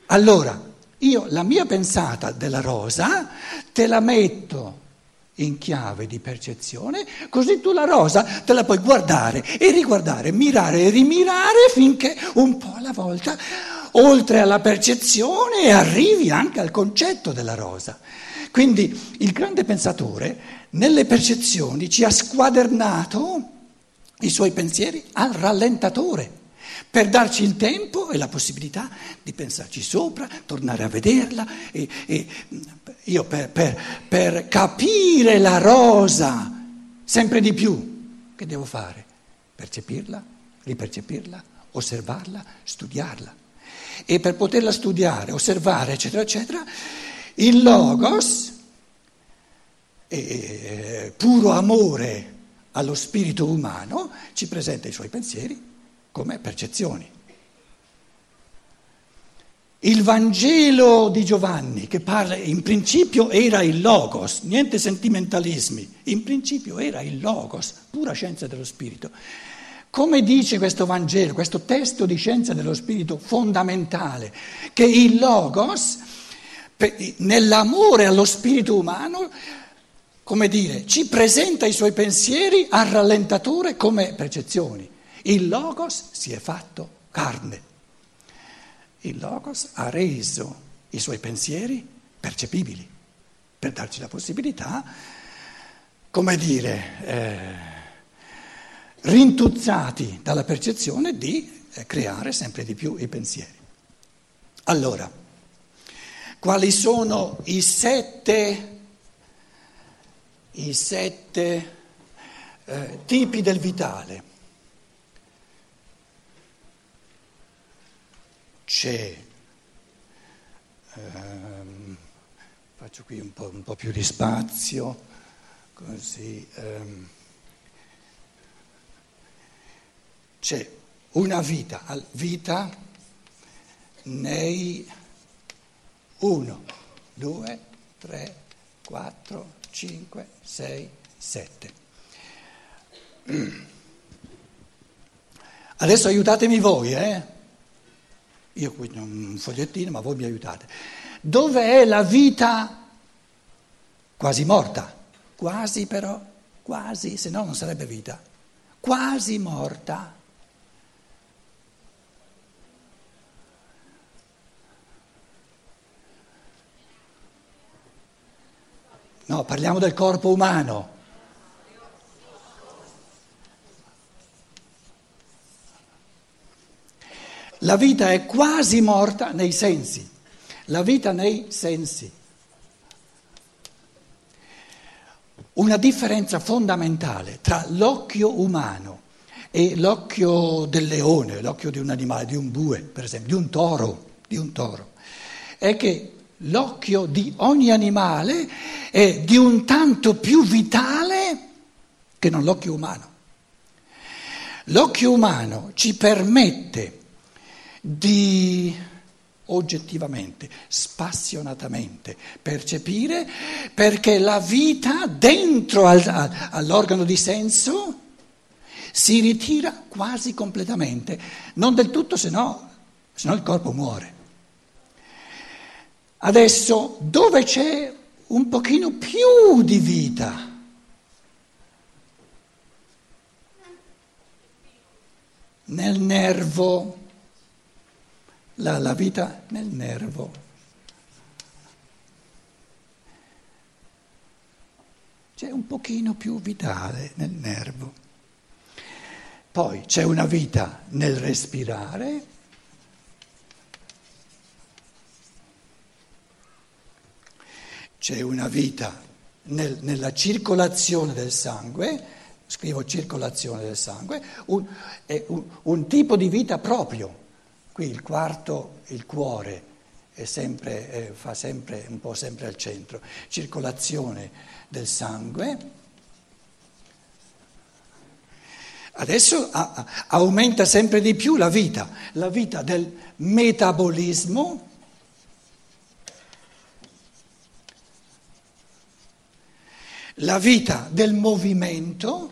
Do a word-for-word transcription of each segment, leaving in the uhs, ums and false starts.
Allora, io la mia pensata della rosa te la metto in chiave di percezione, così tu la rosa te la puoi guardare e riguardare, mirare e rimirare finché un po' alla volta, oltre alla percezione, arrivi anche al concetto della rosa. Quindi il grande pensatore nelle percezioni ci ha squadernato i suoi pensieri al rallentatore, per darci il tempo e la possibilità di pensarci sopra, tornare a vederla. E, e io per, per, per capire la rosa sempre di più, che devo fare? Percepirla, ripercepirla, osservarla, studiarla. E per poterla studiare, osservare, eccetera, eccetera, il Logos, eh, puro amore allo spirito umano, ci presenta i suoi pensieri come percezioni. Il Vangelo di Giovanni, che parla, in principio era il Logos, niente sentimentalismi, in principio era il Logos, pura scienza dello spirito. Come dice questo Vangelo, questo testo di scienza dello spirito fondamentale, che il Logos, nell'amore allo spirito umano, come dire, ci presenta i suoi pensieri al rallentatore come percezioni. Il Logos si è fatto carne. Il Logos ha reso i suoi pensieri percepibili, per darci la possibilità, come dire, eh, rintuzzati dalla percezione, di eh, creare sempre di più i pensieri. Allora, quali sono i sette, i sette eh, tipi del vitale? C'è, ehm, faccio qui un po', un po' più di spazio, così, ehm, c'è una vita, vita nei uno, due, tre, quattro, cinque, sei, sette. Adesso aiutatemi voi, eh? Io qui ho un fogliettino, ma voi mi aiutate. Dove è la vita quasi morta? Quasi però, quasi, se no non sarebbe vita. Quasi morta. No, parliamo del corpo umano. La vita è quasi morta nei sensi, la vita nei sensi. Una differenza fondamentale tra l'occhio umano e l'occhio del leone, l'occhio di un animale, di un bue, per esempio, di un toro, di un toro, è che l'occhio di ogni animale è di un tanto più vitale che non l'occhio umano. L'occhio umano ci permette di oggettivamente, spassionatamente percepire, perché la vita dentro al, all'organo di senso si ritira quasi completamente, non del tutto, se no, se no il corpo muore. Adesso, dove c'è un pochino più di vita? Nel nervo. La, la vita nel nervo. C'è un pochino più vitale nel nervo. Poi c'è una vita nel respirare. C'è una vita nel, nella circolazione del sangue, scrivo circolazione del sangue, un, è un, un tipo di vita proprio. Qui il quarto, il cuore, è sempre, eh, fa sempre un po' sempre al centro, circolazione del sangue. Adesso a, a, aumenta sempre di più la vita, la vita del metabolismo, la vita del movimento.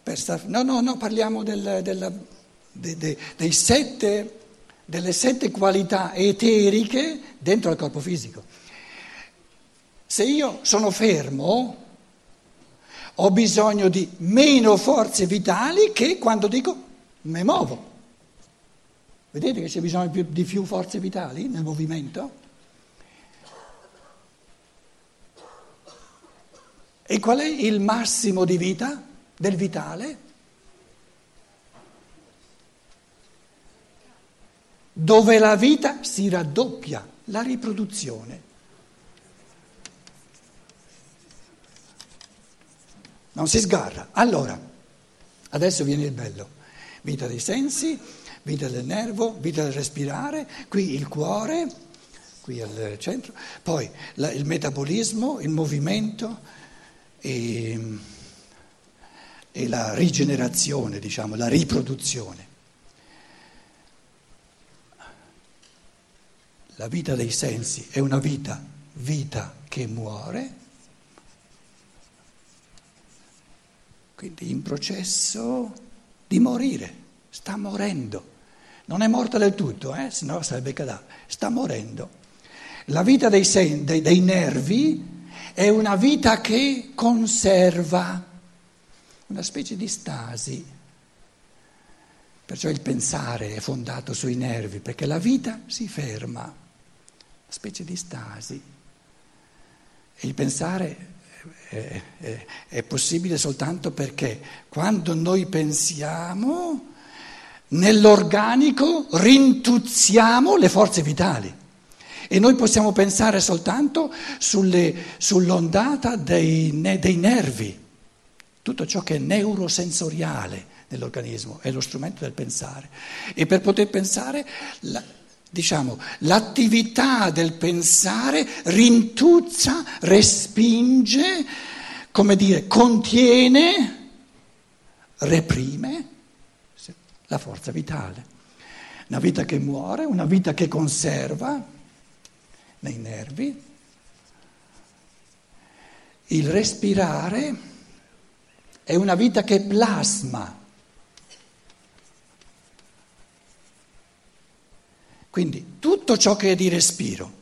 Per star, no, no, no, parliamo del, della, de, de, dei sette, delle sette qualità eteriche dentro al corpo fisico. Se io sono fermo, ho bisogno di meno forze vitali che quando dico mi muovo. Vedete che c'è bisogno di più, di più forze vitali nel movimento? E qual è il massimo di vita del vitale? Dove la vita si raddoppia, la riproduzione. Non si sgarra. Allora, adesso viene il bello. Vita dei sensi, vita del nervo, vita del respirare, qui il cuore, qui al centro, poi la, il metabolismo, il movimento e, e la rigenerazione, diciamo, la riproduzione. La vita dei sensi è una vita, vita che muore, quindi in processo di morire, sta morendo. Non è morta del tutto, eh? Se no sarebbe cadavere, sta morendo. La vita dei, sen- dei, dei nervi è una vita che conserva, una specie di stasi. Perciò il pensare è fondato sui nervi, perché la vita si ferma, una specie di stasi. E il pensare è, è, è possibile soltanto perché quando noi pensiamo, nell'organico rintuzziamo le forze vitali. E noi possiamo pensare soltanto sulle, sull'ondata dei, dei nervi, tutto ciò che è neurosensoriale nell'organismo è lo strumento del pensare. E per poter pensare, la, diciamo, l'attività del pensare rintuzza, respinge, come dire, contiene, reprime la forza vitale. Una vita che muore, una vita che conserva nei nervi. Il respirare è una vita che plasma. Quindi tutto ciò che è di respiro,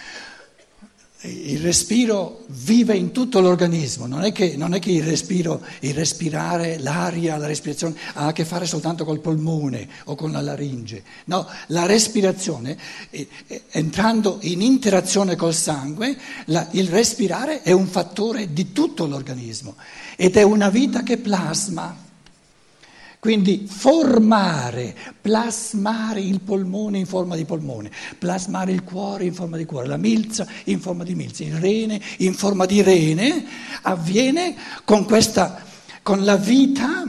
il respiro vive in tutto l'organismo, non è che, non è che il respiro, il respirare, l'aria, la respirazione ha a che fare soltanto col polmone o con la laringe. No, la respirazione, eh, eh, entrando in interazione col sangue, la, il respirare è un fattore di tutto l'organismo ed è una vita che plasma. Quindi formare, plasmare il polmone in forma di polmone, plasmare il cuore in forma di cuore, la milza in forma di milza, il rene in forma di rene, avviene con questa, con la vita,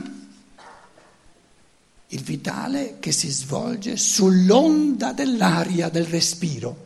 il vitale che si svolge sull'onda dell'aria, del respiro.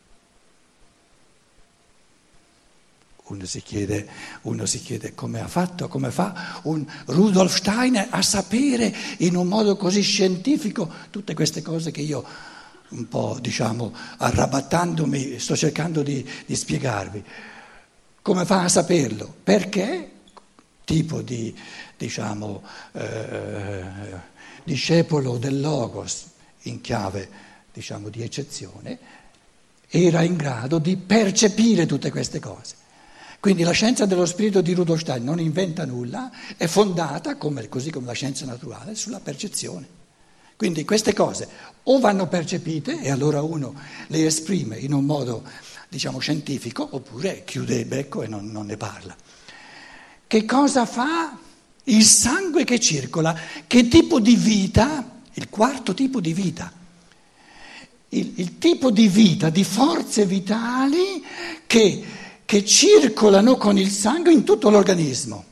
Uno si chiede, uno si chiede come ha fatto, come fa un Rudolf Steiner a sapere in un modo così scientifico tutte queste cose che io un po', diciamo, arrabattandomi sto cercando di, di spiegarvi. Come fa a saperlo? Perché tipo di, diciamo, eh, discepolo del Logos in chiave, diciamo, di eccezione, era in grado di percepire tutte queste cose. Quindi la scienza dello spirito di Rudolf Steiner non inventa nulla, è fondata, come, così come la scienza naturale, sulla percezione. Quindi queste cose o vanno percepite e allora uno le esprime in un modo, diciamo, scientifico, oppure chiude il becco e non, non ne parla. Che cosa fa il sangue che circola? Che tipo di vita? Il quarto tipo di vita. Il, il tipo di vita, di forze vitali che... che circolano con il sangue in tutto l'organismo.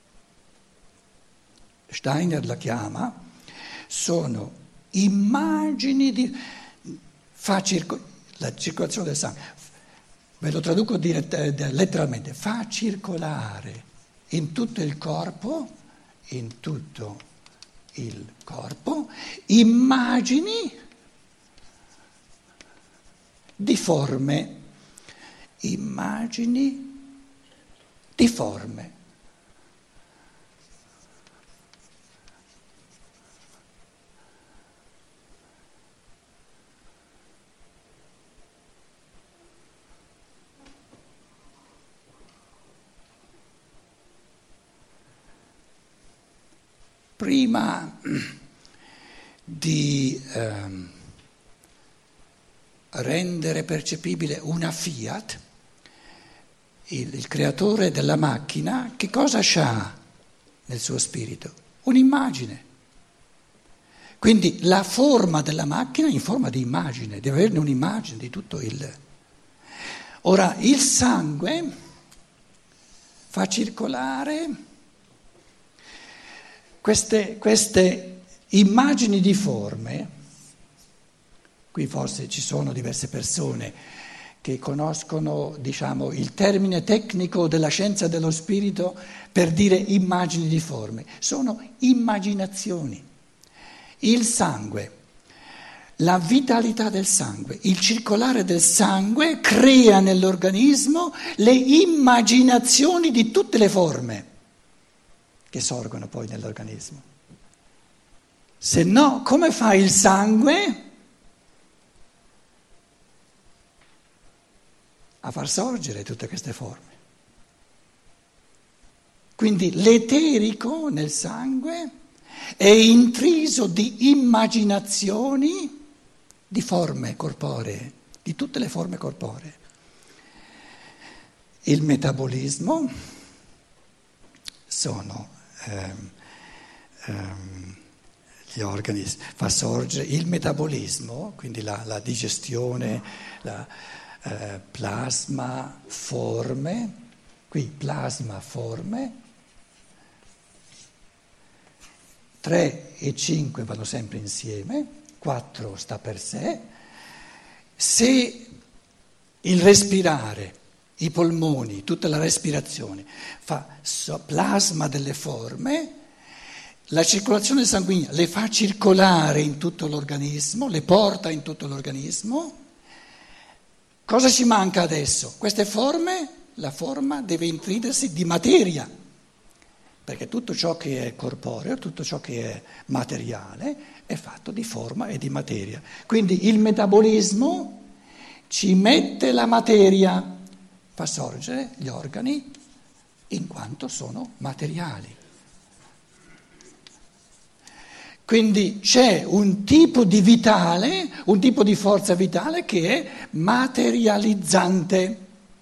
Steiner la chiama, sono immagini di... fa circo, la circolazione del sangue, ve lo traduco dirett, letteralmente, fa circolare in tutto il corpo, in tutto il corpo, immagini di forme. Immagini di forme. prima di ehm, rendere percepibile una Fiat, il, il creatore della macchina, che cosa c'ha nel suo spirito? Un'immagine. Quindi la forma della macchina è in forma di immagine, deve averne un'immagine di tutto il... Ora, il sangue fa circolare queste, queste immagini di forme. Qui forse ci sono diverse persone che conoscono, diciamo, il termine tecnico della scienza dello spirito per dire immagini di forme. Sono immaginazioni. Il sangue, la vitalità del sangue, il circolare del sangue crea nell'organismo le immaginazioni di tutte le forme che sorgono poi nell'organismo. Se no, come fa il sangue a far sorgere tutte queste forme? Quindi l'eterico nel sangue è intriso di immaginazioni di forme corporee, di tutte le forme corporee. Il metabolismo sono ehm, ehm, gli organi, fa sorgere il metabolismo, quindi la, la digestione, la eh, plasma, forme, qui plasma, forme. tre e cinque vanno sempre insieme, quattro sta per sé. Se il respirare, i polmoni, tutta la respirazione fa plasma delle forme, la circolazione sanguigna le fa circolare in tutto l'organismo, le porta in tutto l'organismo. Cosa ci manca adesso? Queste forme, la forma deve intridersi di materia. Perché tutto ciò che è corporeo, tutto ciò che è materiale è fatto di forma e di materia. Quindi il metabolismo ci mette la materia, fa sorgere gli organi in quanto sono materiali. Quindi c'è un tipo di vitale, un tipo di forza vitale che è materializzante,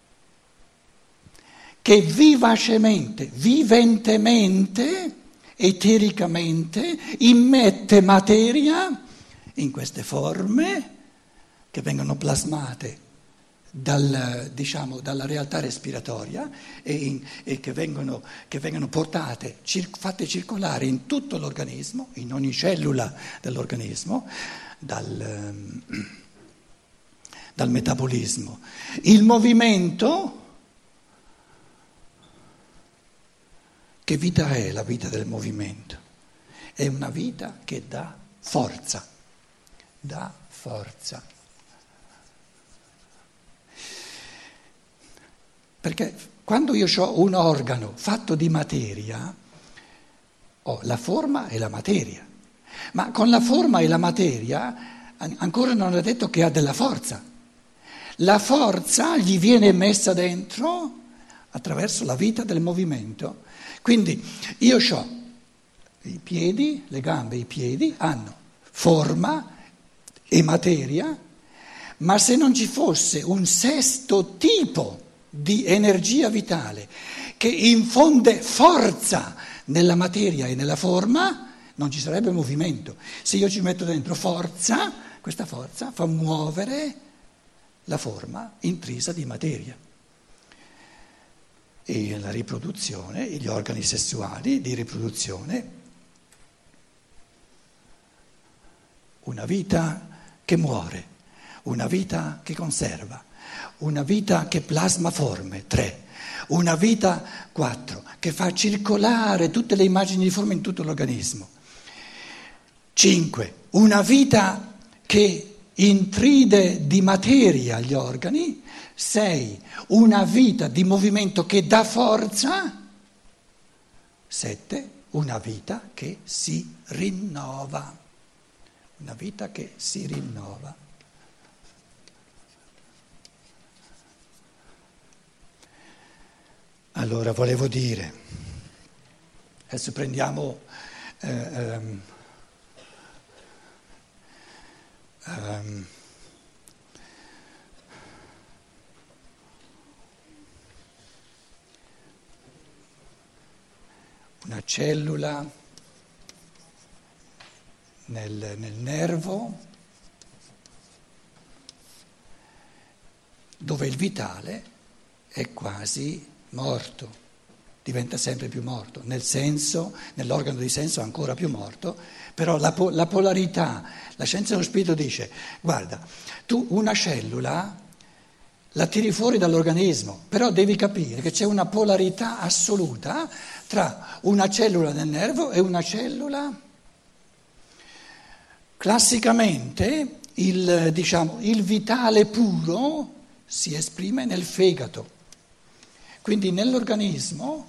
che vivacemente, viventemente, etericamente immette materia in queste forme che vengono plasmate dal, diciamo, dalla realtà respiratoria e, in, e che, vengono, che vengono portate, cir, fatte circolare in tutto l'organismo, in ogni cellula dell'organismo, dal, dal metabolismo. Il movimento. Che vita è la vita del movimento? È una vita che dà forza, dà forza. Perché quando io ho un organo fatto di materia, ho la forma e la materia, ma con la forma e la materia ancora non è detto che ha della forza. La forza gli viene messa dentro attraverso la vita del movimento. Quindi io ho i piedi, le gambe e i piedi hanno forma e materia, ma se non ci fosse un sesto tipo di energia vitale che infonde forza nella materia e nella forma, non ci sarebbe movimento. Se io ci metto dentro forza, questa forza fa muovere la forma intrisa di materia. E la riproduzione, gli organi sessuali di riproduzione, una vita che muore, una vita che conserva, una vita che plasma forme, tre, una vita, quattro, che fa circolare tutte le immagini di forme in tutto l'organismo, cinque, una vita che intride di materia gli organi, sei, una vita di movimento che dà forza, sette, una vita che si rinnova, una vita che si rinnova. Allora volevo dire, adesso prendiamo eh, ehm, ehm, una cellula nel, nel nervo dove il vitale è quasi morto, diventa sempre più morto, nel senso, nell'organo di senso ancora più morto, però la, po- la polarità, la scienza dello spirito dice, guarda, tu una cellula la tiri fuori dall'organismo, però devi capire che c'è una polarità assoluta tra una cellula nel nervo e una cellula. Classicamente il, diciamo, il vitale puro si esprime nel fegato, quindi nell'organismo,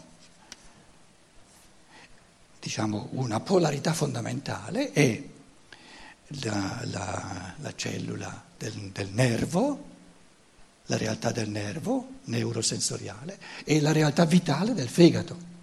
diciamo, una polarità fondamentale è la, la, la cellula del, del nervo, la realtà del nervo neurosensoriale e la realtà vitale del fegato.